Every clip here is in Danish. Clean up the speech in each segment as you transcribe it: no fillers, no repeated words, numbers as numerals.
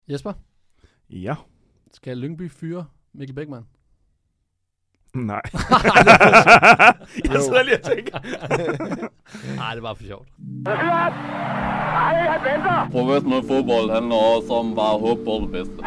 Jesper? Ja. Skal Lyngby fyre Mikkel Bækman? Nej. Jeg sidder lige og tænker. Nej, det er bare for sjovt. Professionel fodbold handler også om bare at håbe på det bedste.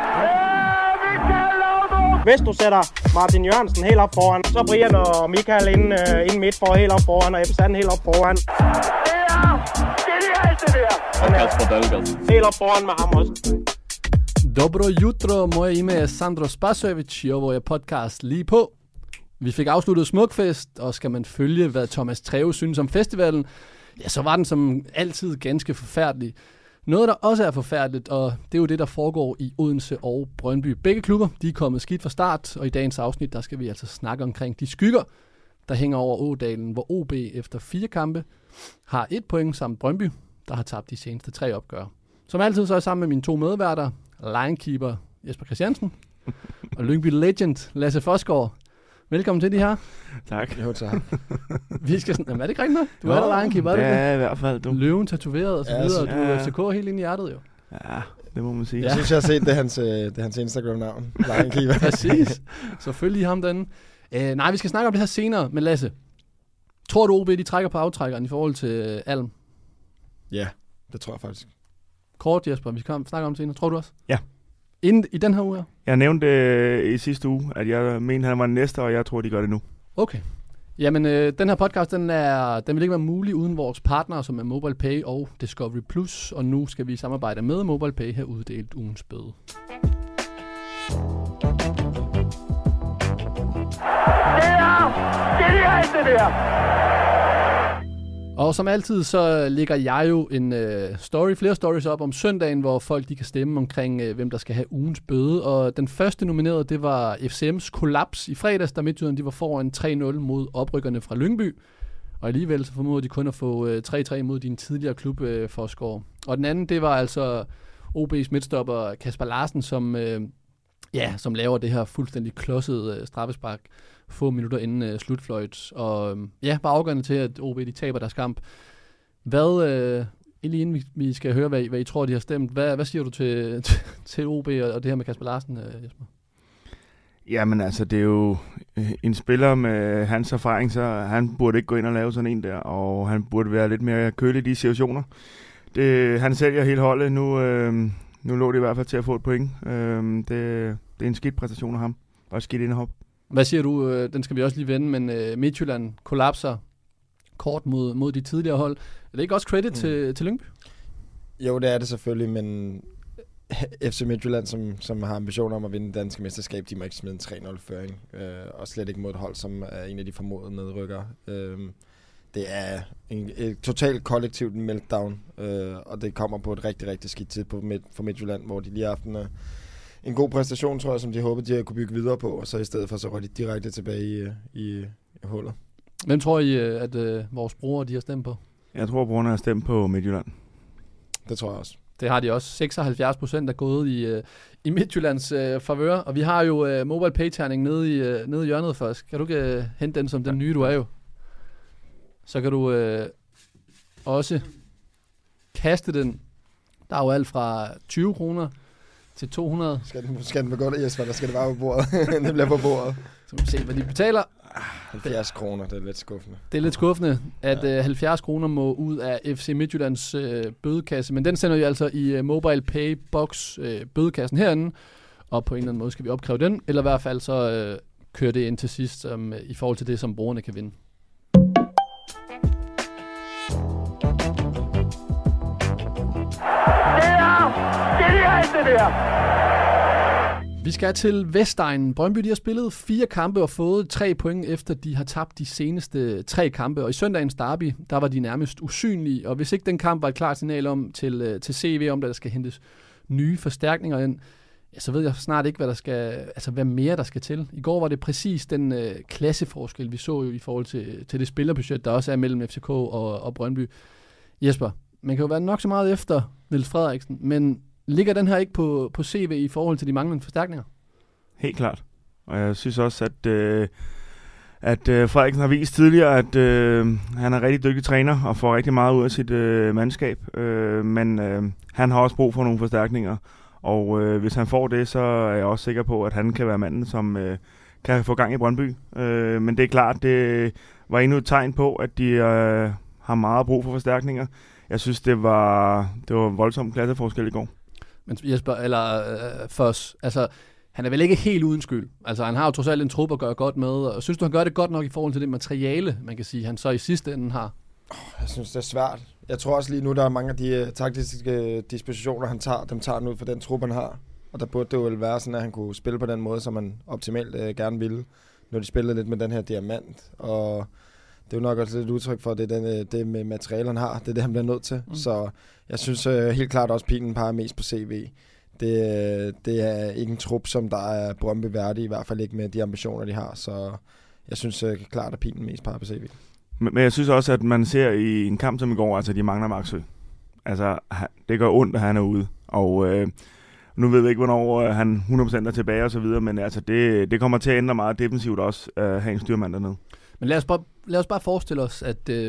Hvis du sætter Martin Jørgensen helt op foran, så Brian og Michael inden midt for helt op foran, og Ebbe Sand helt op foran. Det er det der. Og Kasper Dahlgaard. Helt op foran med ham også. Dobro jutro, moje ime je Sandro Spasojević i ovo je podcast Lige på. Vi fik afsluttet Smukfest, og skal man følge, hvad Thomas Treve synes om festivalen, ja, så var den som altid ganske forfærdelig. Noget, der også er forfærdeligt, og det er jo det, der foregår i Odense og Brøndby. Begge klubber, de er kommet skidt fra start, og i dagens afsnit, der skal vi altså snakke omkring de skygger, der hænger over Ådalen, hvor OB efter 4 kampe har 1 point samt Brøndby, der har tabt de seneste 3 opgør. Som altid så er jeg sammen med mine 2 medværter, linekeeper Jesper Christiansen og Lyngby Legend Lasse Fosgaard. Velkommen til de her. Tak. Jo, tak. Vi skal sådan, er det ikke rigtigt nok? Du er der linekeeper, er det? Ja, i hvert fald. Du. Løven tatoveret og så Ja, videre, og du ja. er FCK helt ind i hjertet jo. Ja, det må man sige. Jeg synes, jeg har set, det er hans Instagram-navn. Linekeeper. Præcis. Så følg lige ham derinde. Nej, vi skal snakke om det her senere, men Lasse, tror du OB, de trækker på aftrækkeren i forhold til Alm? Ja, det tror jeg faktisk. Kort, Jesper, vi skal snakke om senere. Tror du også? Ja. Inden i den her uge her? Jeg nævnte i sidste uge, at jeg mener, han var næste, og jeg tror, de gør det nu. Okay. Jamen, den her podcast, den vil ikke være mulig uden vores partnere, som er MobilePay og Discovery Plus. Og nu skal vi samarbejde med MobilePay have uddelt ugens bøde. Det der. Og som altid, så lægger jeg jo flere stories op om søndagen, hvor folk de kan stemme omkring, hvem der skal have ugens bøde. Og den første nominerede, det var FCM's kollaps i fredags, da Midtjylland de var foran 3-0 mod oprykkerne fra Lyngby. Og alligevel så formåede de kun at få 3-3 mod din tidligere klub, Forsgaard. Og den anden, det var altså OB's midtstopper Kasper Larsen, som laver det her fuldstændig klodsede straffespark få minutter inden slutfløjt. Og bare afgørende til, at OB de taber deres kamp. Inden vi skal høre, hvad I tror, de har stemt. Hvad siger du til OB og det her med Kasper Larsen, Jesper? Jamen altså, det er jo en spiller med hans erfaring, så han burde ikke gå ind og lave sådan en der, og han burde være lidt mere kølig i de situationer. Han sælger hele holdet. Nu lå det i hvert fald til at få et point. Det er en skidt præstation af ham, og et skidt indhop. Hvad siger du? Den skal vi også lige vende, men Midtjylland kollapser kort mod de tidligere hold. Er det ikke også credit til Lyngby? Jo, det er det selvfølgelig, men FC Midtjylland, som har ambitioner om at vinde det danske mesterskab, de må ikke smide en 3-0-føring. Og slet ikke mod et hold, som er en af de formodede nedrykkere. Det er et totalt kollektivt meltdown, og det kommer på et rigtig, rigtig skidt tidspunkt for Midtjylland, hvor de lige har haft en god præstation, tror jeg, som de håbede, de kunne bygge videre på, og så i stedet for så røg de direkte tilbage i hullet. Hvem tror I, at vores brugere de har stemt på? Jeg tror, brugerne har stemt på Midtjylland. Det tror jeg også. Det har de også. 76% er gået i Midtjyllands favør, og vi har jo MobilePay-terning nede i hjørnet først. Kan du ikke hente den som den nye, du er jo? Så kan du også kaste den. Der er jo alt fra 20 kroner til 200. Skal den begå det, Jesper? Der skal det bare på bordet. Det bliver på bordet. Så må vi se, hvad de betaler. 70 kroner, det er lidt skuffende. Det er lidt skuffende, at 70 kroner må ud af FC Midtjyllands bødekasse, men den sender vi altså i MobilePay Box bødekassen herinde, og på en eller anden måde skal vi opkræve den, eller i hvert fald så kører det ind til sidst i forhold til det, som brugerne kan vinde. Det der. Vi skal til Vestegnen. Brøndby de har spillet 4 kampe og fået 3 point, efter de har tabt de seneste 3 kampe. Og i søndagens derby, der var de nærmest usynlige. Og hvis ikke den kamp var et klart signal om til CV, om der skal hentes nye forstærkninger ind, ja, så ved jeg snart ikke, hvad mere der skal til. I går var det præcis den klasseforskel, vi så jo i forhold til det spillerbudget, der også er mellem FCK og Brøndby. Jesper, man kan jo være nok så meget efter Niels Frederiksen, men ligger den her ikke på CV i forhold til de manglende forstærkninger? Helt klart. Og jeg synes også, at Frederiksen har vist tidligere, at han er en rigtig dygtig træner og får rigtig meget ud af sit mandskab. Men han har også brug for nogle forstærkninger. Og hvis han får det, så er jeg også sikker på, at han kan være manden, som kan få gang i Brøndby. Men det er klart, det var endnu et tegn på, at de har meget brug for forstærkninger. Jeg synes, det var voldsomt klasseforskel i går. Men Jesper, eller Foss, altså, han er vel ikke helt uden skyld. Altså, han har jo trods alt en trup at gøre godt med, og synes du, han gør det godt nok i forhold til det materiale, man kan sige, han så i sidste ende har? Jeg synes, det er svært. Jeg tror også lige nu, der er mange af de taktiske dispositioner, han tager, dem tager han ud for den trup, han har. Og der burde det jo vel være sådan, at han kunne spille på den måde, som man optimalt gerne ville, når de spillede lidt med den her diamant. Og det er jo nok også lidt udtryk for, at det er det med materiale, han har. Det er det, han bliver nødt til. Så jeg synes helt klart også, at pilen peger mest på CV. Det er ikke en trup, som der er Brøndby værdig, i hvert fald ikke med de ambitioner, de har. Så jeg synes klart, at pilen mest peger på CV. Men jeg synes også, at man ser i en kamp som i går, altså de mangler Maxø. Altså, det gør ondt, at han er ude. Og nu ved vi ikke, hvornår han 100% er tilbage og så videre, men altså det kommer til at ændre meget defensivt også at have en styrmand dernede. Men lad os bare forestille os,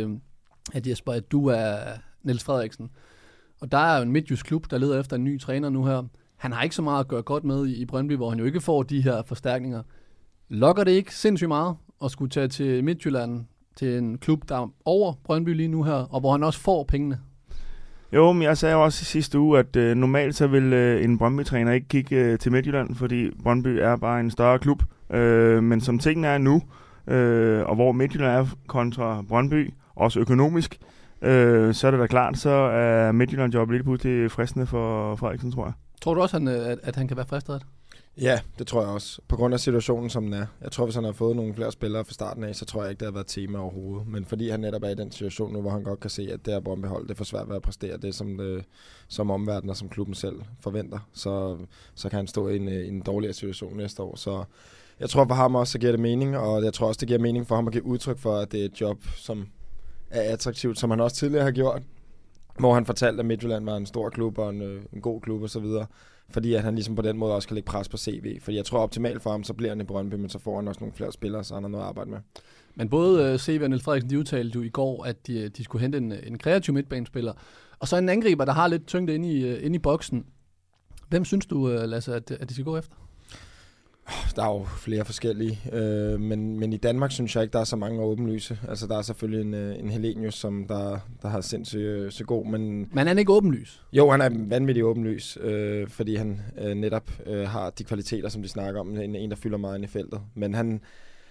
at Jesper, at du er Niels Frederiksen. Og der er jo en midtjysk klub, der leder efter en ny træner nu her. Han har ikke så meget at gøre godt med i Brøndby, hvor han jo ikke får de her forstærkninger. Lokker det ikke sindssygt meget at skulle tage til Midtjylland, til en klub, der er over Brøndby lige nu her, og hvor han også får pengene? Jo, men jeg sagde også i sidste uge, at normalt så vil en Brøndby-træner ikke kigge til Midtjylland, fordi Brøndby er bare en større klub. Men som tingene er nu, og hvor Midtjylland er kontra Brøndby, også økonomisk, så er det da klart, så er Midtjylland-job lidt pludselig fristende for Frederiksen, tror jeg. Tror du også, at han kan være fristet af det? Ja, det tror jeg også. På grund af situationen, som den er. Jeg tror, hvis han har fået nogle flere spillere fra starten af, så tror jeg ikke, det har været tema overhovedet. Men fordi han netop er i den situation nu, hvor han godt kan se, at det her Brøndby-hold, det er for svært ved at præstere det, som omverdenen og som klubben selv forventer, så kan han stå i en dårligere situation næste år. Så jeg tror for ham også, så giver det mening, og jeg tror også, det giver mening for ham at give udtryk for, at det er et job, som er attraktivt, som han også tidligere har gjort, hvor han fortalte, at Midtjylland var en stor klub og en god klub osv., fordi at han ligesom på den måde også kan lægge pres på CV. Fordi jeg tror optimalt for ham, så bliver han i Brøndby, men så får han også nogle flere spillere, så han har noget at arbejde med. Men både CV og Niels Frederiksen, de udtalte jo i går, at de skulle hente en kreativ midtbanespiller, og så en angriber, der har lidt tyngde inde i boksen. Hvem synes du, Lasse, at de skal gå efter? Der er jo flere forskellige, men i Danmark synes jeg ikke, der er så mange åbenlyse. Altså, der er selvfølgelig en Helenius, som der har sindssygt så god, men er han ikke åbenlys? Jo, han er vanvittigt åbenlys, fordi han netop har de kvaliteter, som de snakker om. En der fylder meget ind i feltet. Men han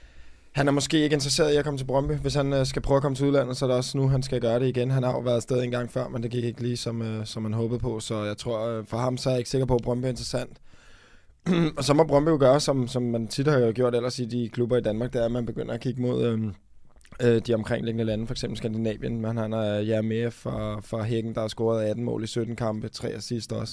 er måske ikke interesseret i at komme til Brøndby. Hvis han skal prøve at komme til udlandet, så er det også nu, han skal gøre det igen. Han har jo været afsted en gang før, men det gik ikke lige, som han håbede på. Så jeg tror, for ham så er jeg ikke sikker på, at Brøndby er interessant. Og så må Brøndby jo gøre, som man tit har gjort ellers i de klubber i Danmark, det er, at man begynder at kigge mod de omkringliggende lande, for eksempel Skandinavien. Man har Jeremie fra Hækken, der har scoret 18 mål i 17 kampe, 3 assist også.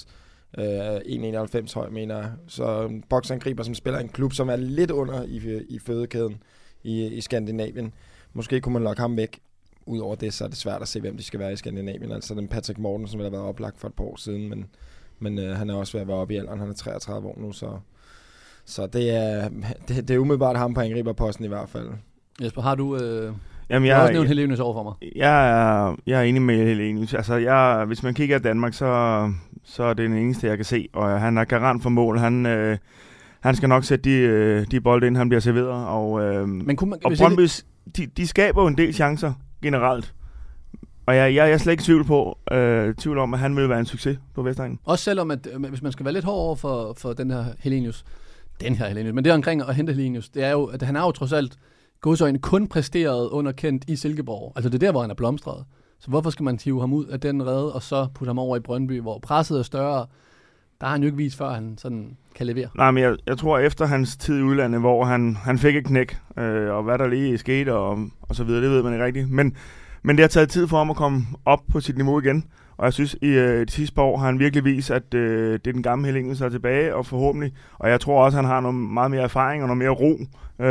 1,91 høj, mener jeg. Så boksangriber, som spiller en klub, som er lidt under i fødekæden i Skandinavien. Måske kunne man lokke ham væk. Udover det, så er det svært at se, hvem de skal være i Skandinavien. Altså den Patrick Morten, som har været oplagt for et par år siden, men han er også ved at være oppe i alderen. Han er 33 år nu, så det er umiddelbart ham på angriberposten i hvert fald. Jesper, har du... Jamen, jeg har også nævnt Helenius over for mig. Jeg er enig med Helenius. Altså, hvis man kigger i Danmark, så er det den eneste, jeg kan se. Og han er garant for mål. Han skal nok sætte de bolde ind, han bliver serveret. Og Brøndby, de skaber jo en del chancer generelt. Og jeg er slet ikke tvivl om, at han vil være en succes på Vestegnen. Også selvom, at hvis man skal være lidt hård over for den her Helenius, men det omkring at hente Helenius, det er jo, at han har jo trods alt godsøjne kun præsteret underkendt i Silkeborg. Altså det er der, hvor han er blomstret. Så hvorfor skal man hive ham ud af den rede, og så putte ham over i Brøndby, hvor presset er større? Der har han jo ikke vist, før han sådan kan levere. Nej, men jeg tror, efter hans tid i udlandet, hvor han fik et knæk, og hvad der lige skete, og så videre, det ved man ikke rigtigt. Men det har taget tid for ham at komme op på sit niveau igen. Og jeg synes, i de sidste par år har han virkelig vist, at det er den gamle Helenius, der er tilbage, og forhåbentlig. Og jeg tror også, at han har noget meget mere erfaring og noget mere ro.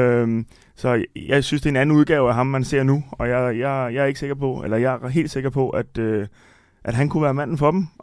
Så jeg synes, det er en anden udgave af ham, man ser nu. Og jeg er ikke sikker på, eller jeg er helt sikker på, at han kunne være manden for dem.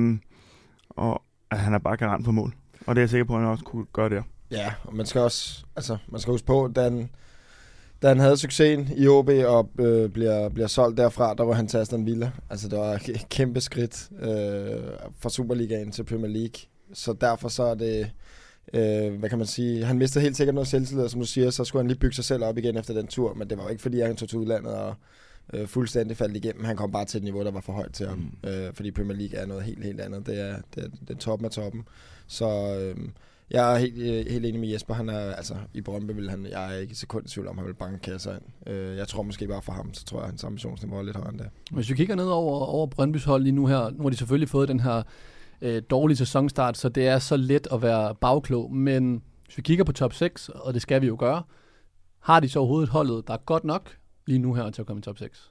Og at han er bare garant for mål. Og det er jeg sikker på, at han også kunne gøre det. Ja, og man skal huske på, da han havde succesen i OB og bliver solgt derfra, der var han til Aston Villa. Altså, det var et kæmpe skridt fra Superligaen til Premier League. Så derfor så er det, hvad kan man sige, han mistede helt sikkert noget selvtillid, og som du siger, så skulle han lige bygge sig selv op igen efter den tur, men det var jo ikke fordi, han tog til udlandet og fuldstændig faldt igennem. Han kom bare til et niveau, der var for højt til ham, fordi Premier League er noget helt andet. Det er toppen af toppen. Så jeg er helt enig med Jesper. Han er, altså, i Brøndby vil han, jeg er ikke et sekund i tvivl om, han vil banke kasser ind. Jeg tror måske bare for ham, så tror jeg, hans ambitionsniveau er lidt højere end det. Hvis vi kigger ned over Brøndbys hold lige nu her, nu har de selvfølgelig fået den her dårlige sæsonstart, så det er så let at være bagklog, men hvis vi kigger på top 6, og det skal vi jo gøre, har de så overhovedet holdet, der er godt nok lige nu her til at komme i top 6?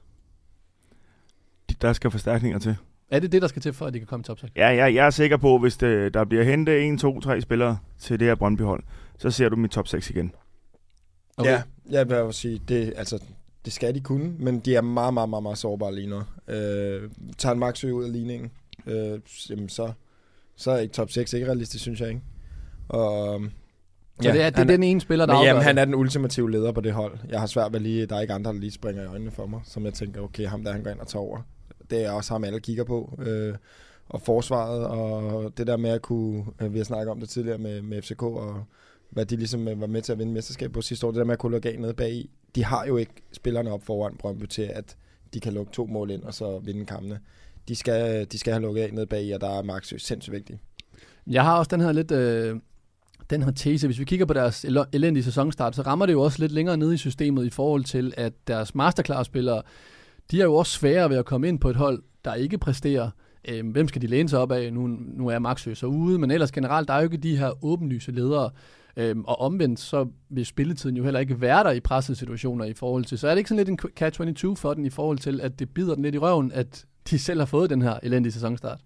Der skal forstærkninger til. Er det det, der skal til, for at de kan komme i top 6? Ja, jeg er sikker på, hvis der bliver hentet 1, 2, 3 spillere til det her Brøndby-hold, så ser du dem i top 6 igen. Okay. Ja, jeg vil jo sige, det skal de kunne, men de er meget, meget, meget, meget sårbare lige nu. Tager en Maxø ud af ligningen, jamen så er ikke top 6 ikke realistisk, synes jeg ikke. Og så det er den ene spiller, der afgør. Jamen, han er den ultimative leder på det hold. Jeg har svært ved lige, der er ikke andre, der lige springer i øjnene for mig, som jeg tænker, okay, ham der, han går ind og tager over. Det er også ham, alle kigger på. Og forsvaret, og det der med at kunne, vi har snakket om det tidligere med FCK, og hvad de ligesom var med til at vinde mesterskab på sidste år, det der med at kunne lukke af nede bagi. De har jo ikke spillerne op foran Brøndby til, at de kan lukke 2 mål ind, og så vinde kampene. De skal have lukket af nede bagi, og der er Maxø sindssygt vigtigt. Jeg har også den her lidt... den her tese, hvis vi kigger på deres elendige sæsonstart, så rammer det jo også lidt længere nede i systemet i forhold til, at deres masterclass-spillere, de er jo også svære ved at komme ind på et hold, der ikke præsterer. Hvem skal de læne sig op af? Nu er Maxø så ude, men ellers generelt, der er jo ikke de her åbenlyse ledere. Og omvendt, så vil spilletiden jo heller ikke være der i pressede situationer i forhold til. Så er det ikke sådan lidt en catch-22 for den i forhold til, at det bider den lidt i røven, at de selv har fået den her elendige sæsonstart?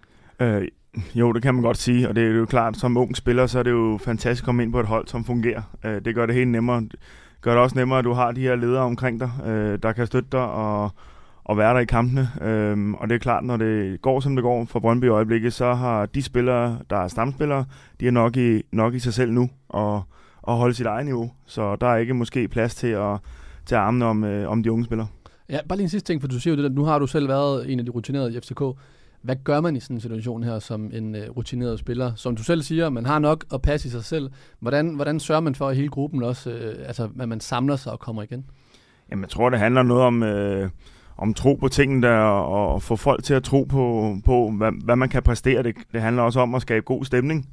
Jo, det kan man godt sige, og det er jo klart, som ung spiller, så er det jo fantastisk at komme ind på et hold, som fungerer. Det gør det helt nemmere. Gør det også nemmere, at du har de her ledere omkring dig, der kan støtte dig og være der i kampene. Og det er klart, når det går, som det går for Brøndby i øjeblikket, så har de spillere, der er stamspillere, de er nok i sig selv nu og holde sit eget niveau. Så der er ikke måske plads til at armene om de unge spillere. Ja, bare lige en sidste ting, for du siger jo det, at nu har du selv været en af de rutinerede i FCK. Hvad gør man i sådan en situation her som en rutineret spiller? Som du selv siger, man har nok at passe i sig selv. Hvordan sørger man for, at hele gruppen også, at man samler sig og kommer igen? Jamen, jeg tror, det handler noget om tro på tingene der, og få folk til at tro på hvad man kan præstere. Det handler også om at skabe god stemning.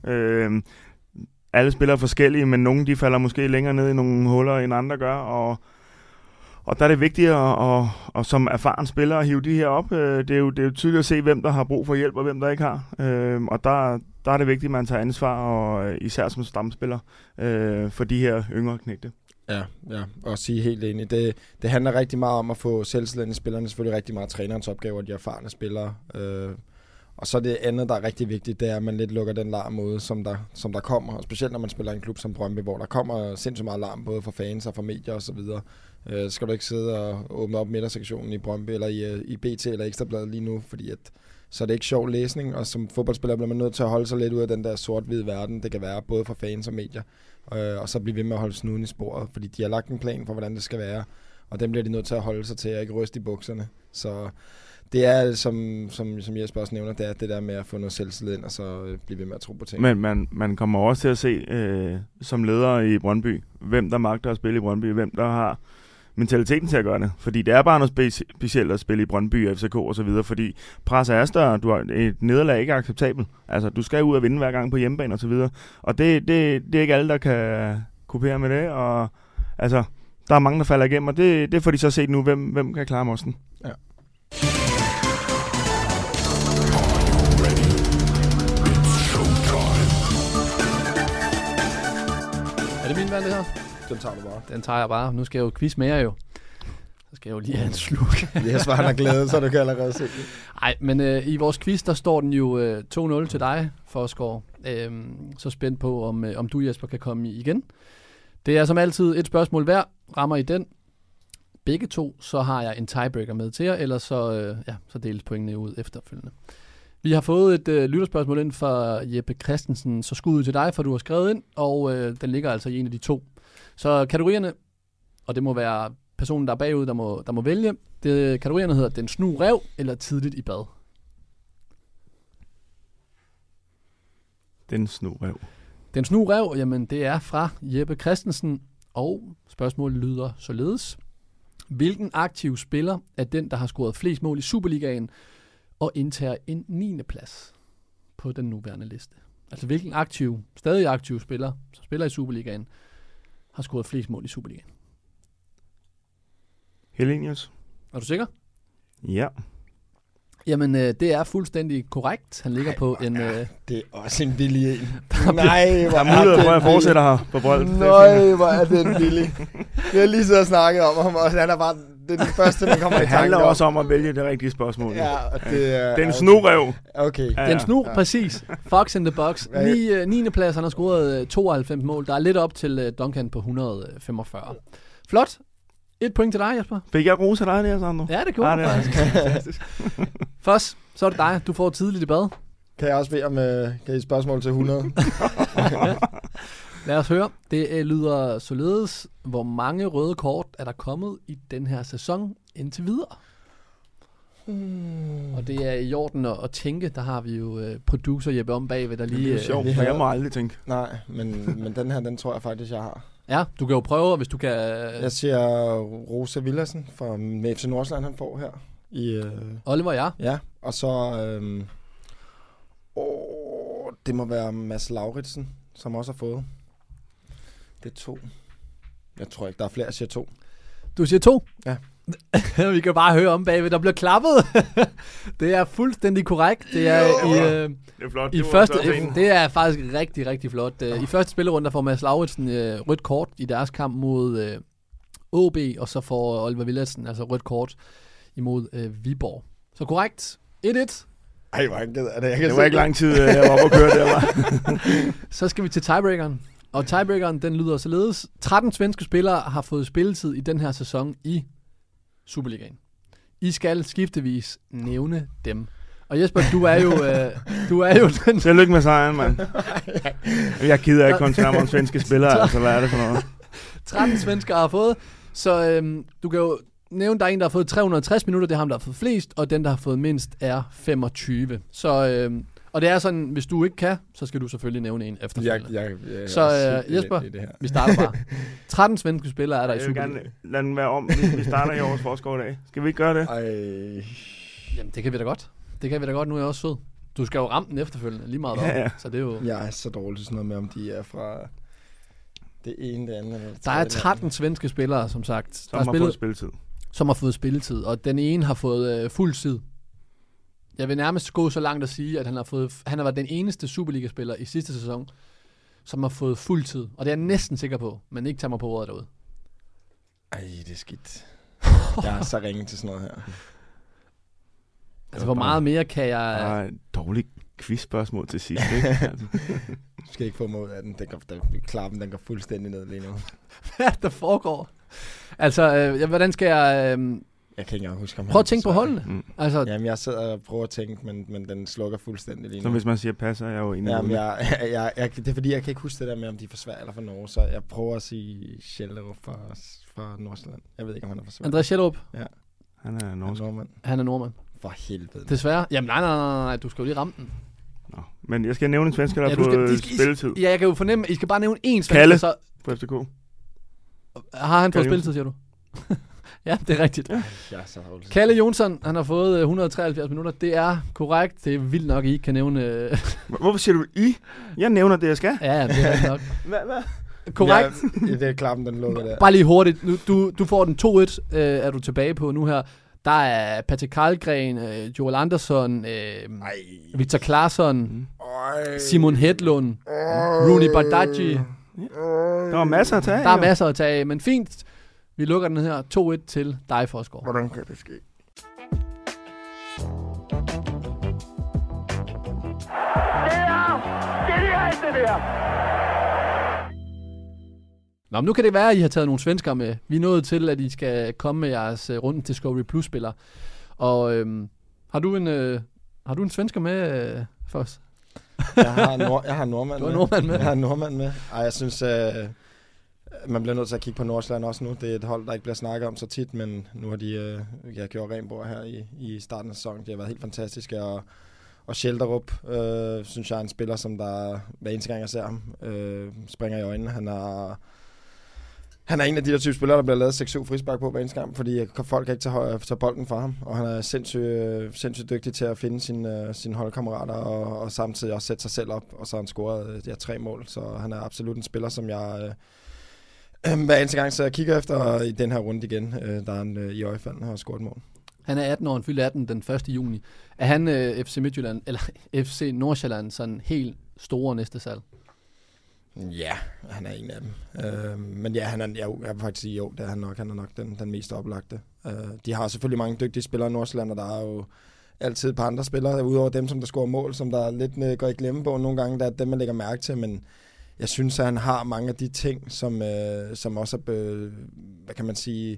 Alle spiller er forskellige, men nogle de falder måske længere ned i nogle huller, end andre gør, og der er det vigtigt at som erfaren spiller at hive de her op. Det er jo tydeligt at se, hvem der har brug for hjælp, og hvem der ikke har. Og der er det vigtigt, at man tager ansvar, og især som stamspiller, for de her yngre knægte. Ja, og sige helt enig. Det handler rigtig meget om at få selvtilliden i spillerne, selvfølgelig rigtig meget trænerens opgaver, de erfarne spillere. Og så det andet, der er rigtig vigtigt, det er, at man lidt lukker den larm ud, som der kommer. Og specielt når man spiller i en klub som Brøndby, hvor der kommer sindssygt meget larm, både fra fans og fra medier osv. Skal du ikke sidde og åbne op midtersektionen i Brøndby eller i BT eller Ekstrabladet lige nu, fordi så er det ikke sjov læsning, og som fodboldspiller bliver man nødt til at holde sig lidt ud af den der sort-hvide verden, det kan være både for fans og medier, og så blive ved med at holde snuden i sporet, fordi de har lagt en plan for, hvordan det skal være, og den bliver de nødt til at holde sig til, og ikke ryste i bukserne. Så det er, som Jesper også nævner, det er det der med at få noget selvtillid ind, og så blive ved med at tro på ting. Men man kommer også til at se, som leder i Brøndby, hvem der magter at spille i Brøndby, hvem der har mentaliteten til at gøre det. Fordi det er bare noget specielt at spille i Brøndby og FCK og så videre, fordi presset er større, et nederlag ikke er acceptabelt. Altså, du skal ud og vinde hver gang på hjemmebane og så videre. Og det er ikke alle, der kan kopiere med det, og altså, der er mange, der falder igennem, og det får de så set nu, hvem kan klare mosten. Ja. Er det min vand, det her? Den tager du bare. Den tager jeg bare. Nu skal jeg jo quiz med jer jo. Så skal jeg jo lige have en sluk. Jesper, han er glad, så du kan allerede se det. Nej, men i vores quiz, der står den jo 2-0 til dig, Forsgaard. Så spændt på, om du, Jesper, kan komme igen. Det er som altid et spørgsmål hver. Rammer I den? Begge to, så har jeg en tiebreaker med til jer, eller så deles pointene ud efterfølgende. Vi har fået et lytterspørgsmål ind fra Jeppe Christensen, så skud til dig, for du har skrevet ind, og den ligger altså i en af de to. Så kategorierne, og det må være personen, der er bagud, der må vælge. Kategorierne hedder Den snu ræv eller Tidligt i bad. Den snurev. Den snurev, jamen det er fra Jeppe Christensen, og spørgsmålet lyder således. Hvilken aktiv spiller er den, der har scoret flest mål i Superligaen og indtager en 9. plads på den nuværende liste? Altså hvilken stadig aktiv spiller, som spiller i Superligaen, har scoret flest mål i Superligaen? Hellenius. Er du sikker? Ja. Jamen, det er fuldstændig korrekt. Han ligger på en... Det er også en billig en. Der Nej, hvor Der er mulighed for, at jeg fortsætter her på bolden. Nej, hvor er den billig. Vi har lige siddet og snakket om ham, og han er bare det er den første, man kommer i Det tanke handler om. også om at vælge det rigtige spørgsmål. Ja, og det er... Den snurev. Okay. Ja, Den snu, præcis. Fox in the box. 9. plads, han har scoret 92 mål. Der er lidt op til Duncan på 145. Flot. 1 point til dig, Jesper. Fik jeg rose dig der, Sandro? Ja, det kunne du faktisk. Fantastisk. Først, så er det dig. Du får tidligt i bad. Kan jeg også bede om kan I spørgsmål til 100? Lad os høre. Det lyder således. Hvor mange røde kort er der kommet i den her sæson indtil videre? Og det er i orden at tænke. Der har vi jo producer Jeppe om bagved, der lige... Det er sjovt, for jeg må aldrig tænke. Nej, men den her, den tror jeg faktisk, jeg har. Ja, du kan jo prøve, hvis du kan... Jeg siger Rosa Villadsen fra FC Nordsjælland, han får her. Oliver, ja. Ja, og så... det må være Mads Lauritsen, som også har fået. Det er 2. Jeg tror ikke, der er flere, jeg siger 2. Du siger 2? Ja. Vi kan bare høre om bagved, der bliver klappet. Det er fuldstændig korrekt. Det er det er flot. det er faktisk rigtig, rigtig flot. I første spillerunde, der får Mads Lauritsen rødt kort i deres kamp mod OB, og så får Oliver Villadsen altså rødt kort imod Viborg. Så korrekt. 1-1. Ej, hvor er det. Det var ikke lang tid, jeg var oppe at køre der, var. Så skal vi til tiebreakeren. Og tiebreakeren, den lyder således. 13 svenske spillere har fået spilletid i den her sæson i Superligaen. I skal skiftevis nævne dem. Og Jesper, du er jo den... Tillykke med sejren, mand. Jeg gider ikke koncentrere om svenske spillere, altså hvad er det for noget? 13 svenskere har fået, så du kan jo nævne, der er en, der har fået 360 minutter, det er ham, der har fået flest, og den, der har fået mindst, er 25. Så, og det er sådan, hvis du ikke kan, så skal du selvfølgelig nævne en efterfølgende. Så Jesper, vi starter bare. 13 svenske spillere er der i Superligaen. Jeg vil gerne lade den være om, vi starter i årets Forskovdag. Skal vi ikke gøre det? Jamen, det kan vi da godt. Nu er jeg også sød. Du skal jo ramme den efterfølgende, lige meget. Ja. Så det er jo... Jeg er så dårlig til sådan noget med, om de er fra det ene, det andet. Der er 13 svenske spillere, som sagt. Som har fået spilletid. Som har fået spilletid, og den ene har fået fuld tid. Jeg vil nærmest gå så langt at sige, at han har været den eneste Superliga-spiller i sidste sæson, som har fået fuld tid. Og det er jeg næsten sikker på, men ikke tage mig på ordet derude. Ej, det er skidt. Jeg er så ringe til sådan noget her. Altså, hvor meget mere kan jeg... Der er et dårligt quizspørgsmål til sidst, ikke? Altså. Du skal ikke få mod af den. Klappen, den går fuldstændig ned lige nu. Hvad der foregår? Altså, hvordan skal jeg... Jeg kan ikke engang huske, om prøv at tænke på holdene. Altså, jamen, jeg sidder og prøver at tænke, men den slukker fuldstændig lige nu. Så hvis man siger passer, jeg er jo inde i jamen, det er fordi, jeg kan ikke huske det der med, om de er fra Sverige eller fra Norge, så jeg prøver at sige Schellerup fra Nordsjælland. Jeg ved ikke, om han er fra Sverige. Andreas Schellerup? Ja. Han er norsk. Han er nordmand. For helvede. Desværre. Jamen nej, du skal jo lige ramme den. Nå. Men jeg skal nævne en svensker, der har fået spilletid. Ja, jeg kan jo fornemme, I skal bare nævne én svensker. Kalle så... på FCK. Har han fået spilletid, siger du? Ja, det er rigtigt. Ja. Kalle Jonsson, han har fået 173 minutter. Det er korrekt. Det er vildt nok, I kan nævne... Hvorfor siger du I? Jeg nævner det, jeg skal. Ja, det er nok. Hvad? Korrekt. Ja, det er klappen, den lukker der. Bare lige hurtigt. Du får den 2-1, er du tilbage på nu her. Der er Patrick Karlgren, Joel Andersson, Victor Claesson, Simon Hedlund, Rooney Bardghji. Der var masser at tage. Der er masser at tage, men fint. Vi lukker den her 2-1 til dig, Forsgaard. Hvordan kan det ske? Det er det der. Nå, men nu kan det være, at I har taget nogle svensker med. Vi er nået til, at I skal komme med jeres runde Discovery Plus-spiller. Og har du en svensker med for os? Jeg har en nordmand med. Du har nordmand med? Jeg har en nordmand med. Ej, jeg synes, man bliver nødt til at kigge på Nordsjælland også nu. Det er et hold, der ikke bliver snakket om så tit, men nu har de gjort rent bord her i starten af sæsonen. De har været helt fantastiske, Og Schelderup, synes jeg er en spiller, som der hver eneste gang jeg ser ham, springer i øjnene. Han er en af de der type spillere, der bliver lavet 6-7 frispark på hver eneste gang, fordi folk kan ikke tage bolden fra ham, og han er sindssygt dygtig til at finde sine holdkammerater, og samtidig også sætte sig selv op, og så har han scoret 3 mål, så han er absolut en spiller, som jeg hver eneste gang så jeg kigger efter, og i den her runde igen, der er han i øjefald, har scoret et mål. Han er 18 år, han fylder 18 den 1. juni. Er han FC Midtjylland, eller FC Nordsjælland, sådan helt store næste salg? Ja, han er en af dem. Men ja, jeg vil faktisk sige, jo, det er han nok. Han er nok den mest oplagte. De har selvfølgelig mange dygtige spillere i Nordsjælland, og der er jo altid et par andre spillere, udover dem, som der scorer mål, som der lidt går i glemmebogen nogle gange. Der er dem, man lægger mærke til, men jeg synes, at han har mange af de ting, som også er, hvad kan man sige,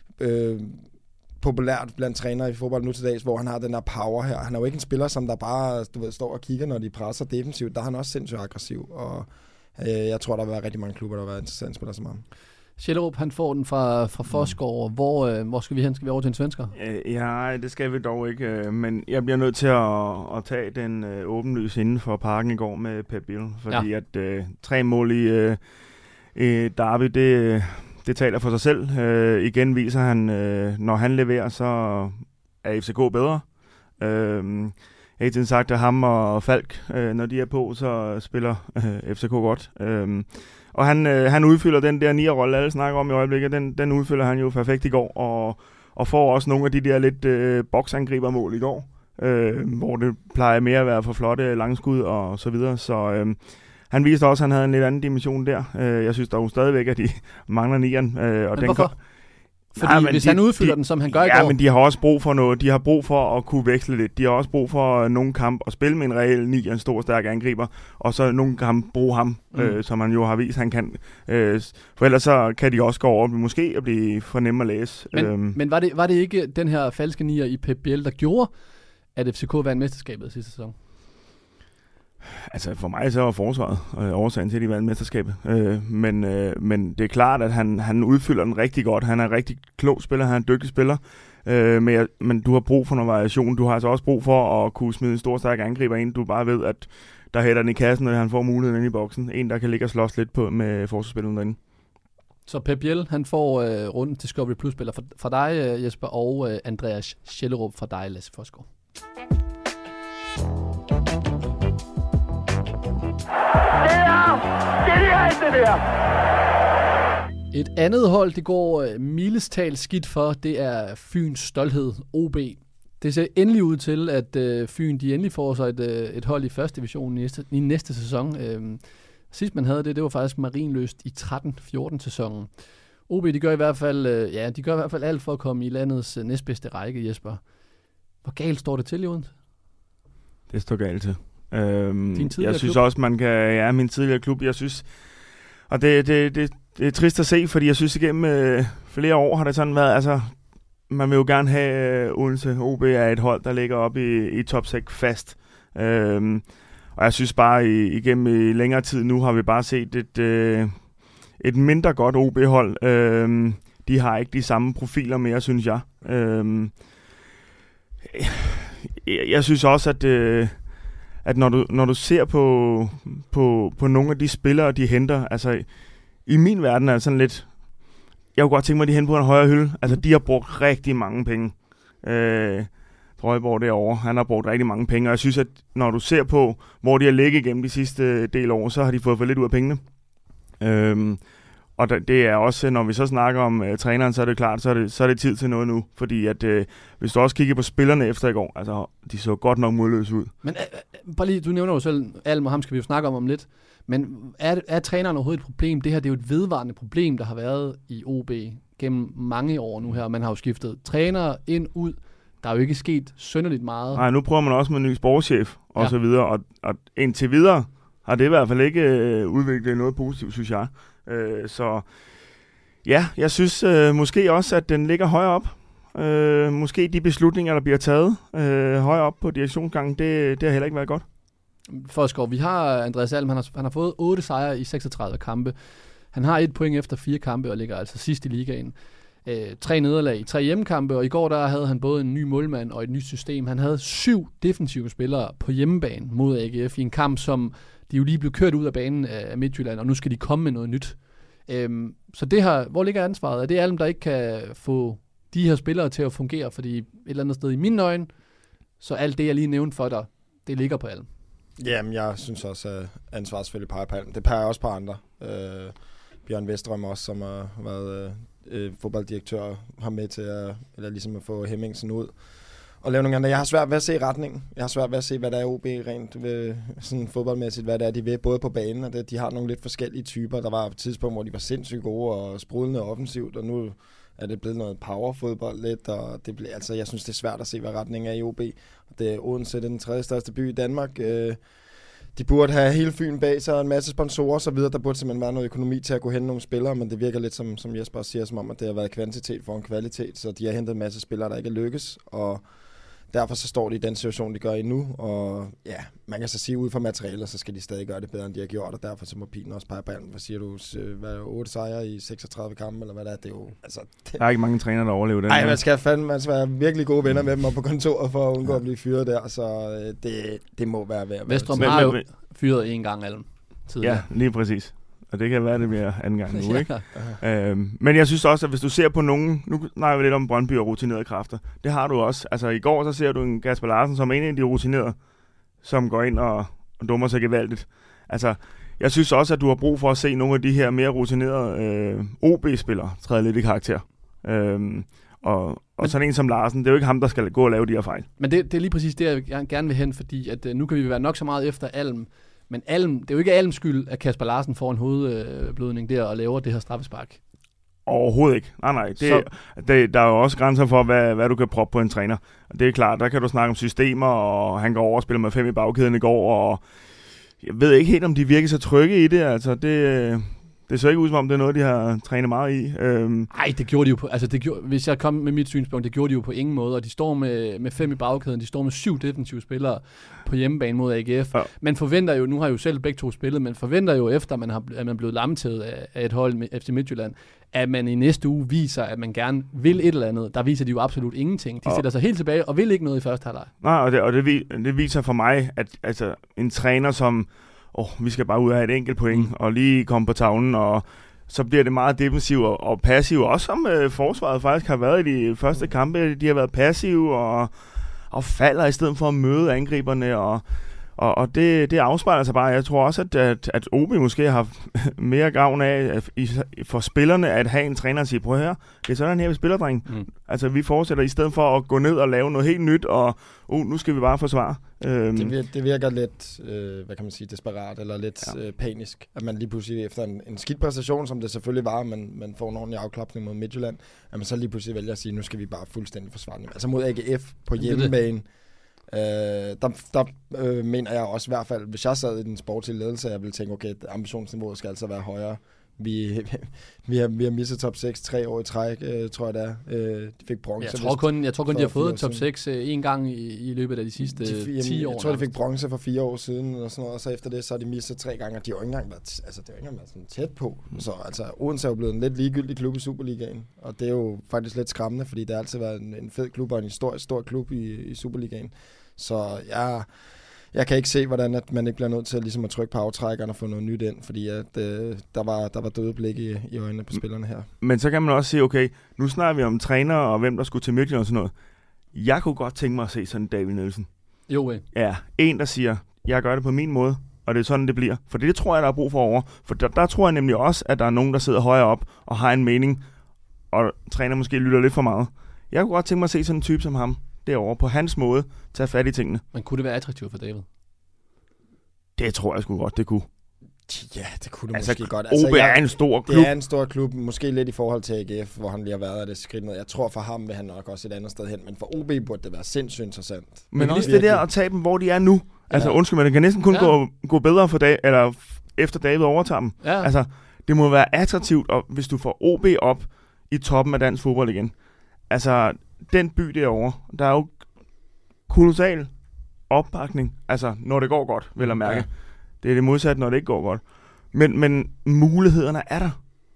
populært blandt trænere i fodbold nu til dags, hvor han har den der power her. Han er jo ikke en spiller, som der bare står og kigger, når de presser defensivt. Der er han også sindssygt aggressiv, og jeg tror, der vil være rigtig mange klubber, der vil være interessante spillere som ham. Schellerup, han får den fra Forsgaard. Hvor skal vi hen? Skal vi over til en svensker? Ja, det skal vi dog ikke. Men jeg bliver nødt til at tage den åbenlys inden for parken i går med Pep Biel. Fordi at 3 mål i Derby, det taler for sig selv. Igen viser han, når han leverer, så er FCK bedre. Jeg har tiden sagt, at ham og Falk, når de er på, så spiller FCK godt. Og han udfylder den der 9'er-rolle, alle snakker om i øjeblikket. Den udfylder han jo perfekt i går, og får også nogle af de der lidt boksangribermål i går, hvor det plejer mere at være for flotte langskud og så videre. Så han viste også, at han havde en lidt anden dimension der. Jeg synes dog stadigvæk, at de mangler 9'eren. Men hvorfor? Fordi hvis han udfylder den, som han gør i går... Ja, men de har også brug for noget. De har brug for at kunne veksle lidt. De har også brug for nogle kamp at spille med en reel 9, en stor, stærk angriber, og så nogle kamp bruge ham, som han jo har vist, han kan. For ellers så kan de også gå over måske at blive for nemme at læse. Men var det ikke den her falske 9'er i Pep Biel, der gjorde, at FCK vandt mesterskabet sidste sæson? Altså for mig så var forsvaret årsagen til, at de vandt mesterskabet. Men det er klart, at han udfylder den rigtig godt. Han er en rigtig klog spiller, han er en dygtig spiller. Men du har brug for noget variation. Du har altså også brug for at kunne smide en stor, stærk angriber ind. Du bare ved, at der hætter den i kassen, når han får muligheden inde i boksen. En, der kan ligge og slås lidt på med forsvarsspilleren derinde. Så Pep Biel, han får runden til Discovery Plus-spiller fra dig, Jesper, og Andreas Schellerup fra dig, Lasse Forsgaard. Det der. Et andet hold, det går mildestalt skidt for, det er Fyns stolthed, OB. Det ser endelig ud til, at Fyn de endelig får sig et hold i første division i næste sæson. Sidst man havde det var faktisk Marienlyst i 13-14 sæsonen. OB, de gør i hvert fald alt for at komme i landets næstbedste række, Jesper. Hvor galt står det til, Jonas? Det står galt til. Jeg synes også, man kan... min tidligere klub, jeg synes... Og det er trist at se, fordi jeg synes igennem flere år har det sådan været... Altså, man vil jo gerne have Odense. OB er et hold, der ligger oppe i top 6 fast. Og jeg synes bare, igennem i længere tid nu, har vi bare set et mindre godt OB-hold. De har ikke de samme profiler mere, synes jeg. Jeg synes også, at når du ser på nogle af de spillere, de henter, altså i min verden er det sådan lidt, jeg kunne godt tænke mig, at de henter på en højere hylde. Altså de har brugt rigtig mange penge. Drøjborg derovre, han har brugt rigtig mange penge, og jeg synes, at når du ser på, hvor de har ligget igennem de sidste del år, så har de fået for lidt ud af pengene. Og det er også, når vi så snakker om træneren, så er det klart, så er det tid til noget nu. Fordi at hvis du også kigger på spillerne efter i går, altså de så godt nok modløse ud. Men bare lige, du nævner jo selv, Alm og ham skal vi jo snakke om lidt. Men er træneren overhovedet et problem? Det her det er jo et vedvarende problem, der har været i OB gennem mange år nu her. Man har jo skiftet trænere ind, ud. Der er jo ikke sket synderligt meget. Nej, nu prøver man også med en ny sportschef og så videre. Og indtil videre har det i hvert fald ikke udviklet noget positivt, synes jeg. Så ja, jeg synes måske også, at den ligger højere op. Måske de beslutninger, der bliver taget højere op på direktionsgangen, det har heller ikke været godt. Forsgaard, vi har Andreas Alm, han har fået 8 sejre i 36 kampe. Han har 1 point efter 4 kampe og ligger altså sidst i ligaen. 3 nederlag i 3 hjemmekampe, og i går der havde han både en ny målmand og et nyt system. Han havde 7 defensive spillere på hjemmebane mod AGF i en kamp, som de jo lige blev kørt ud af banen af Midtjylland, og nu skal de komme med noget nyt. Så det her, hvor ligger ansvaret? Er det Alm, der ikke kan få de her spillere til at fungere? Fordi et eller andet sted i mine øjne, så alt det, jeg lige nævnte for dig, det ligger på Alm. Jamen, jeg synes også, at ansvaret selvfølgelig peger på Alm. Det peger også på andre. Bjørn Vestrøm også, som har været fodbolddirektør, har med til at få Hemmingsen ud og lave nogle andre. Jeg har svært ved at se retningen. Jeg har svært ved at se, hvad der er OB rent sådan fodboldmæssigt, hvad det er, de vil, både på banen, og de har nogle lidt forskellige typer. Der var et tidspunkt, hvor de var sindssygt gode og sprudlende offensivt, og nu er det blevet noget powerfodbold lidt, og jeg synes, det er svært at se, hvad retningen er i OB. Det er Odense, det er den 3. største by i Danmark. De burde have hele Fyn bag sig, en masse sponsorer og så videre. Der burde simpelthen være noget økonomi til at gå hen nogle spillere, men det virker lidt, som Jesper siger, som om, at det har været kvantitet for en kvalitet, så de har hentet en masse spillere, der ikke er lykkes, og derfor så står de i den situation, de gør i nu, og ja, man kan så sige, ud fra materialer, så skal de stadig gøre det bedre, end de har gjort, og derfor så må pilen også pege på Alm. Hvad siger du? Hvad er det, 8 sejre i 36 kampe, eller hvad det er? Det er jo, altså... Der er ikke mange trænere, der overlever det. Nej, man skal være virkelig gode venner med dem og på kontoret for at undgå at blive fyret der, så det må være værd. Vestrøm har jo fyret en gang Alm tidligere. Ja, lige præcis. Og det kan være, det bliver anden gang nu, ikke? Men jeg synes også, at hvis du ser på nogen... Nu snakker vi lidt om Brøndby og rutinerede kræfter. Det har du også. Altså i går, så ser du en Kasper Larsen, som er en af de rutinerede, som går ind og dummer sig gevaldigt. Altså, jeg synes også, at du har brug for at se nogle af de her mere rutinerede OB-spillere træde lidt i karakter. Og sådan en som Larsen, det er jo ikke ham, der skal gå og lave de her fejl. Men det er lige præcis det, jeg gerne vil hen, fordi at, nu kan vi være nok så meget efter Alm. Men Alm, det er jo ikke Alms skyld, at Kasper Larsen får en hovedblødning der og laver det her straffespark. Overhovedet ikke. Nej. Der er jo også grænser for, hvad du kan proppe på en træner. Og det er klart, der kan du snakke om systemer, og han går over og spiller med 5 i bagkæden i går, og jeg ved ikke helt, om de virker så trygge i det. Altså, det ser ikke ud som om, det er noget, de har trænet meget i. Nej, det gjorde de jo på... Altså, hvis jeg kom med mit synspunkt, det gjorde de jo på ingen måde. Og de står med 5 i bagkæden, de står med 7 defensive spillere på hjemmebane mod AGF. Ja. Man forventer jo, nu har jo selv begge to spillet, men forventer jo efter, at man er blevet lammet af et hold med FC Midtjylland, at man i næste uge viser, at man gerne vil et eller andet. Der viser de jo absolut ingenting. De sætter sig helt tilbage og vil ikke noget i første halvleg. Nej, og det viser for mig, at altså, en træner som... vi skal bare ud og have et enkelt point, og lige komme på tavlen, og så bliver det meget defensivt og passivt, også som forsvaret faktisk har været i de første kampe. De har været passive og falder i stedet for at møde angriberne, og det afspejler sig bare. Jeg tror også, at OB måske har mere gavn af for spillerne at have en træner og sige, prøv her, det er sådan her, vi spiller, dreng. Altså, vi fortsætter i stedet for at gå ned og lave noget helt nyt, og nu skal vi bare forsvare. Det virker lidt, hvad kan man sige, desperat, eller lidt panisk, at man lige pludselig efter en skidt præstation, som det selvfølgelig var, man får en ordentlig afklapning mod Midtjylland, at man så lige pludselig vælger at sige, nu skal vi bare fuldstændig forsvare. Altså mod AGF på hjemmebane, der mener jeg også i hvert fald, hvis jeg sad i den sportslige ledelse, jeg ville tænke, okay, ambitionsniveauet skal altså være højere. Vi har misset top 6 3 år i træk, tror jeg det er. De fik bronze. Jeg tror kun de har fået top 6 en gang i løbet af de sidste 10 år. Jeg tror, de fik bronze for 4 år siden, og sådan noget, og så efter det, så har de mistet 3 gange, og de har jo ikke engang været, sådan tæt på. Så altså, Odense er jo blevet en lidt ligegyldig klub i Superligaen, og det er jo faktisk lidt skræmmende, fordi det har altid været en fed klub, og en stor klub i Superligaen. Så jeg kan ikke se, hvordan at man ikke bliver nødt til ligesom at trykke på aftrækkerne og få noget nyt ind, fordi at, der var døde blik i øjnene på spillerne her. Men så kan man også sige, okay, nu snakker vi om træner og hvem der skulle til Midtjylland og sådan noget. Jeg kunne godt tænke mig at se sådan David Nielsen. Jo, ja, en der siger, jeg gør det på min måde, og det er sådan, det bliver. For det tror jeg, der er brug for over. For der tror jeg nemlig også, at der er nogen, der sidder højere op og har en mening, og træner måske lytter lidt for meget. Jeg kunne godt tænke mig at se sådan en type som ham derovre på hans måde, tage fat i tingene. Men kunne det være attraktivt for David? Det tror jeg sgu godt, det kunne. Ja, det kunne det måske godt. OB er en stor klub. Det er en stor klub, måske lidt i forhold til AGF, hvor han lige har været af det skridt ned. Jeg tror for ham vil han nok også et andet sted hen, men for OB burde det være sindssygt interessant. Men også det der at tage dem, hvor de er nu. Altså undskyld, men det kan næsten kun gå bedre for eller efter David overtager dem. Ja. Altså, det må være attraktivt, og hvis du får OB op i toppen af dansk fodbold igen. Altså, den by derovre, der er jo kolossal opbakning, altså når det går godt, vil jeg mærke. Ja. Det er det modsatte, når det ikke går godt. Men mulighederne er der.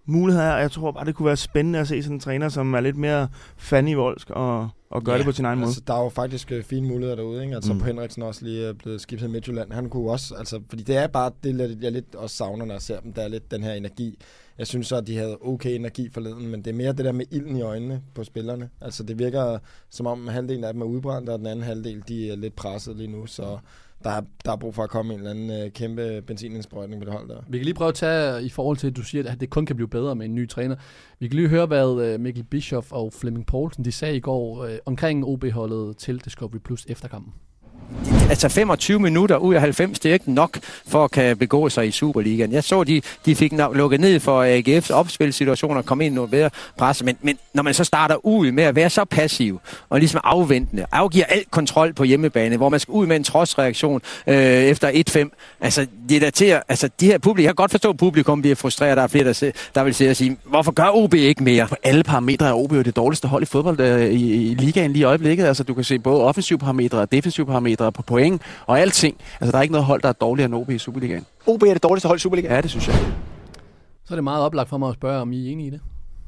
muligheder, og jeg tror bare, det kunne være spændende at se sådan en træner, som er lidt mere fandenivoldsk og gøre det på sin egen måde. Altså, der er jo faktisk fine muligheder derude, ikke? Altså, på Henriksen også lige blevet skiftet til Midtjylland. Han kunne også, altså, fordi det er bare det, jeg lidt også savner, når jeg ser dem. Der er lidt den her energi. Jeg synes så, at de havde okay energi forleden, men det er mere det der med ilden i øjnene på spillerne. Altså, det virker som om halvdelen af dem er udbrændt, og den anden halvdel, de er lidt presset lige nu, så der er brug for at komme en eller anden kæmpe benzinindsprøjtning på det hold der. Vi kan lige prøve at tage i forhold til, at du siger, at det kun kan blive bedre med en ny træner. Vi kan lige høre, hvad Mikkel Bischoff og Flemming Poulsen de sagde i går omkring OB-holdet til Discovery Plus efterkampen. Altså 25 minutter ud af 90, det er ikke nok for at kan begå sig i Superligaen. Jeg så, de fik lukket ned for AGF's opspilsituationer og kom ind i noget bedre presse. Men når man så starter ud med at være så passiv og ligesom afventende, afgiver alt kontrol på hjemmebane, hvor man skal ud med en trodsreaktion efter 1-5. Altså, det er der til at, altså, de her publikum, jeg kan godt forstå, at publikum bliver frustreret. Der er flere, der vil sige at sige, hvorfor gør OB ikke mere? På alle parametre er OB jo det dårligste hold i fodbold i ligaen lige i øjeblikket. Altså, du kan se både offensive parametre og defensive parametre på point og alting. Altså, der er ikke noget hold, der er dårligere end OB i Superligaen. OB er det dårligste hold i Superligaen? Ja, det synes jeg. Så er det meget oplagt for mig at spørge, om I er enige i det?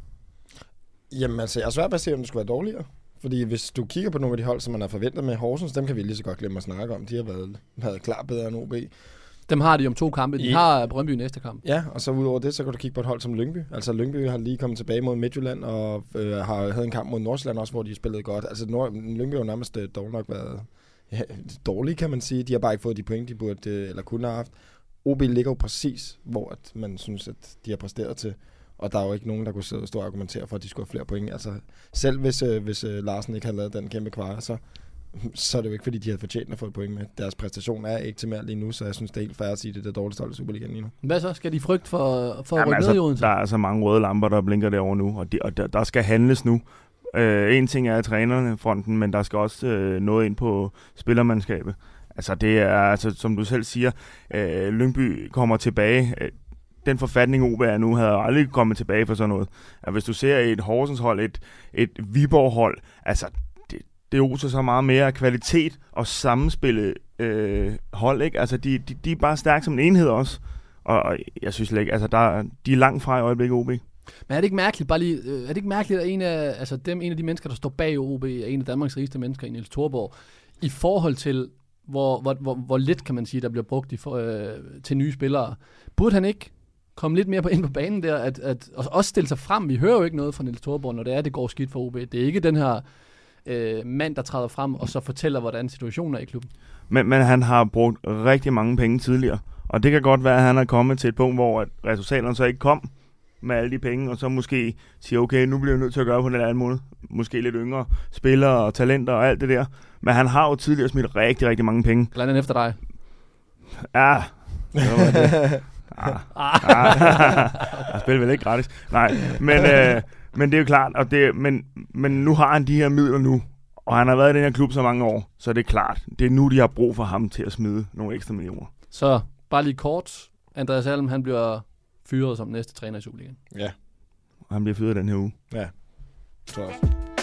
Jamen altså, jeg er svært at se, om det skulle være dårligere. Fordi hvis du kigger på nogle af de hold, som man har forventet med Horsens, dem kan vi lige så godt glemme at snakke om. De har været klart bedre end OB. Dem har de om 2 kampe. De har Brøndby i næste kamp. Ja, og så udover det, så kan du kigge på et hold som Lyngby. Altså Lyngby har lige kommet tilbage mod Midtjylland, og havde en kamp mod Nordsjælland også, hvor de spillede godt. Altså Lyngby har jo nærmest dog nok været dårlige, kan man sige. De har bare ikke fået de point, de burde eller kunne have haft. OB ligger jo præcis, hvor at man synes, at de har præsteret til. Og der er jo ikke nogen, der kunne sidde og stå og argumentere for, at de skulle have flere point. Altså selv hvis Larsen ikke havde lavet den kæmpe kvare, så er det jo ikke, fordi de havde fortjent at få et point med. Deres præstation er ikke til mere lige nu, så jeg synes, det er helt fair at sige, at det er det dårligste hold i Superligaen lige nu. Hvad så? Skal de frygte for at rykke ned i Odense? Der er altså mange røde lamper, der blinker derovre nu, og der skal handles nu. En ting er trænerne fronten, men der skal også noget ind på spillermandskabet. Altså det er, altså, som du selv siger, Lyngby kommer tilbage. Den forfatning OB er nu, havde aldrig kommet tilbage for sådan noget. Altså, hvis du ser et Horsens hold, et Viborg hold, altså det oser så meget mere kvalitet og sammenspille hold, ikke? Altså de er bare stærke som en enhed også. Og jeg synes ikke, altså de er langt fra i øjeblikket OB. Men er det ikke mærkeligt, er det ikke mærkeligt, at en af de mennesker, der står bag OB, er en af Danmarks rigeste mennesker, Niels Thorborg, i forhold til, hvor lidt, kan man sige, der bliver brugt til nye spillere. Burde han ikke komme lidt mere ind på banen der, at også stille sig frem? Vi hører jo ikke noget fra Niels Thorborg, når det går skidt for OB. Det er ikke den her mand, der træder frem og så fortæller, hvordan situationen er i klubben. Men han har brugt rigtig mange penge tidligere, og det kan godt være, at han er kommet til et punkt, hvor resultaterne så ikke kom med alle de penge, og så måske siger, okay, nu bliver jeg nødt til at gøre på den anden måde. Måske lidt yngre spillere og talenter og alt det der. Men han har jo tidligere smidt rigtig, rigtig mange penge. Blandt andet efter dig. Ja. Jeg spiller vel ikke gratis. Nej, men det er jo klart, og men nu har han de her midler nu, og han har været i den her klub så mange år, så det er klart, det er nu, de har brug for ham til at smide nogle ekstra millioner. Så bare lige kort, Andreas Alm, han bliver fyret som næste træner i Superligaen. Ja. Han bliver fyret den her uge. Ja. Så også.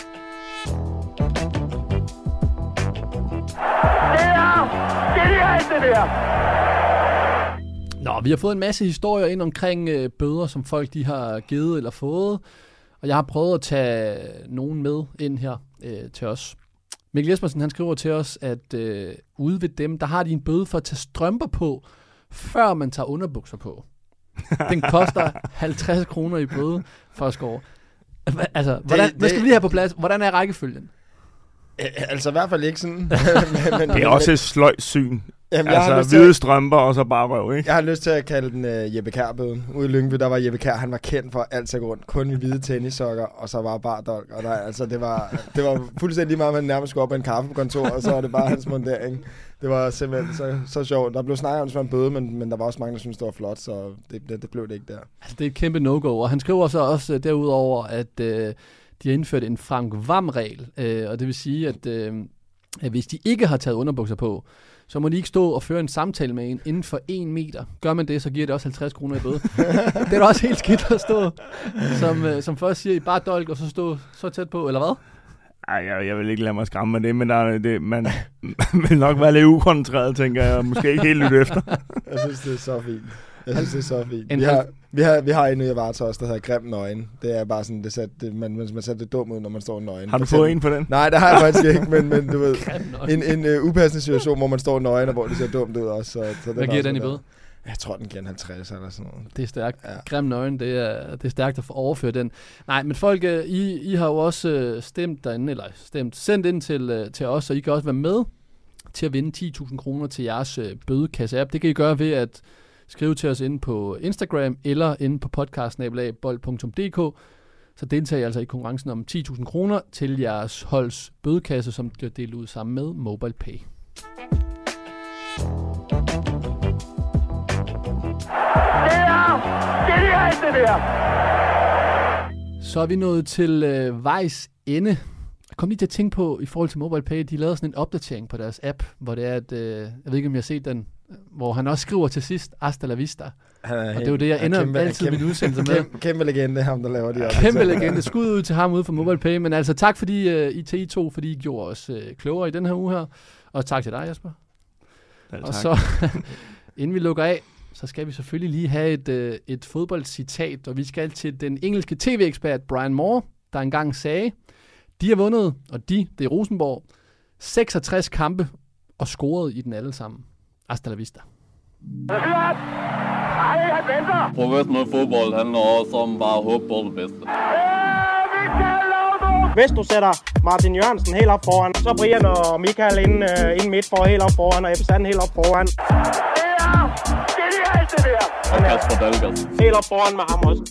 Det er alt det der. Nå, vi har fået en masse historier ind omkring bøder, som folk de har givet eller fået. Og jeg har prøvet at tage nogen med ind her til os. Mikkel Jespersen, han skriver til os, at ude ved dem, der har de en bøde for at tage strømper på, før man tager underbukser på. Den koster 50 kroner i bøde for at score. Altså, hvad skal vi lige have på plads? Hvordan er rækkefølgen? Altså i hvert fald ikke sådan. Men det er også et sløjt syn. Jamen, altså hvide strømper og så bare røv, ikke? Jeg har lyst til at kalde den Jeppe Kjær-bøden. Ude i Lyngby, der var Jeppe Kjær, han var kendt for alt sig rundt. Kun i hvide tennissokker, og så var bare dolk. Og det var fuldstændig meget, man nærmest skulle op på en kaffe på kontor, og så var det bare hans montering. Det var simpelthen så sjovt. Der blev snakket om, som en bøde, men der var også mange, der syntes, det var flot, så det blev det ikke der. Altså, det er et kæmpe no-go, og han skriver så også derudover, at de har indført en Frank Vam-regel, og det vil sige, at hvis de ikke har taget underbukser på, så må de ikke stå og føre en samtale med en inden for 1 meter. Gør man det, så giver det også 50 kroner i bøde. Det er da også helt skidt at stå, som først siger, bare dolk, og så stå så tæt på, eller hvad? Ej, jeg vil ikke lade mig skræmme med det, men man vil nok være lidt ukoncentreret, tænker jeg, måske ikke helt lytte efter. Jeg synes, det er så fint. Jeg synes, det er så fint. En Vi har en ny varetager også, der hedder Grim Nøgen. Det er bare sådan, man sætter det dumt ud, når man står nøgen. Har du fået en på den? Nej, det har jeg faktisk ikke, men du ved, en upassende situation, hvor man står nøgen, og hvor det ser dumt ud også. Så hvad giver den i bøde? Jeg tror, den giver en 50 eller sådan noget. Det er stærkt. Ja. Grim Nøgen, det er stærkt at få overføre den. Nej, men folk, I har jo også stemt derinde, eller sendt ind til os, og I kan også være med til at vinde 10.000 kroner til jeres bødekasse-app. Det kan I gøre ved at skrive til os inde på Instagram, eller inde på podcast@bold.dk. Så deltager I altså i konkurrencen om 10.000 kroner til jeres holds bødekasse, som bliver delt ud sammen med MobilePay. Det der. Så er vi nået til vejs ende. Jeg kom lige til at tænke på, i forhold til MobilePay, de lavede sådan en opdatering på deres app, hvor det er, at, jeg ved ikke, om jeg har set den, hvor han også skriver til sidst, Hasta la vista. Og det er jo det, jeg ender altid min udsendelse med. Kæmpe legende, ham der laver de Kæmpe legende. Skud ud til ham ude for MobilePay. Men altså tak fordi I to, fordi I gjorde os klogere i den her uge her. Og tak til dig, Jesper. Ja, og så, inden vi lukker af, så skal vi selvfølgelig lige have et fodboldcitat, og vi skal til den engelske tv-ekspert Brian Moore, der engang sagde, de har vundet, og det er Rosenborg, 66 kampe og scoret i den alle sammen. Hasta la vista. Professionel fodbold handler også om bare at håbe på det bedste. Hvis du sætter Martin Jørgensen helt op foran, så Brian og Michael ind midt for helt op foran, og Ebbe Sand helt op foran. Det der. Og Kasper Dahlgaard. Helt op foran med ham også.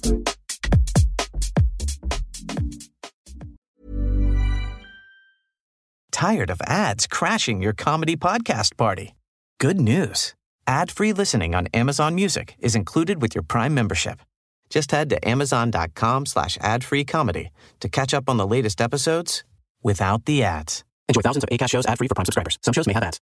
Tired of ads crashing your comedy podcast party? Good news. Ad-free listening on Amazon Music is included with your Prime membership. Just head to amazon.com/ad-free comedy to catch up on the latest episodes without the ads. Enjoy thousands of Acast shows ad-free for Prime subscribers. Some shows may have ads.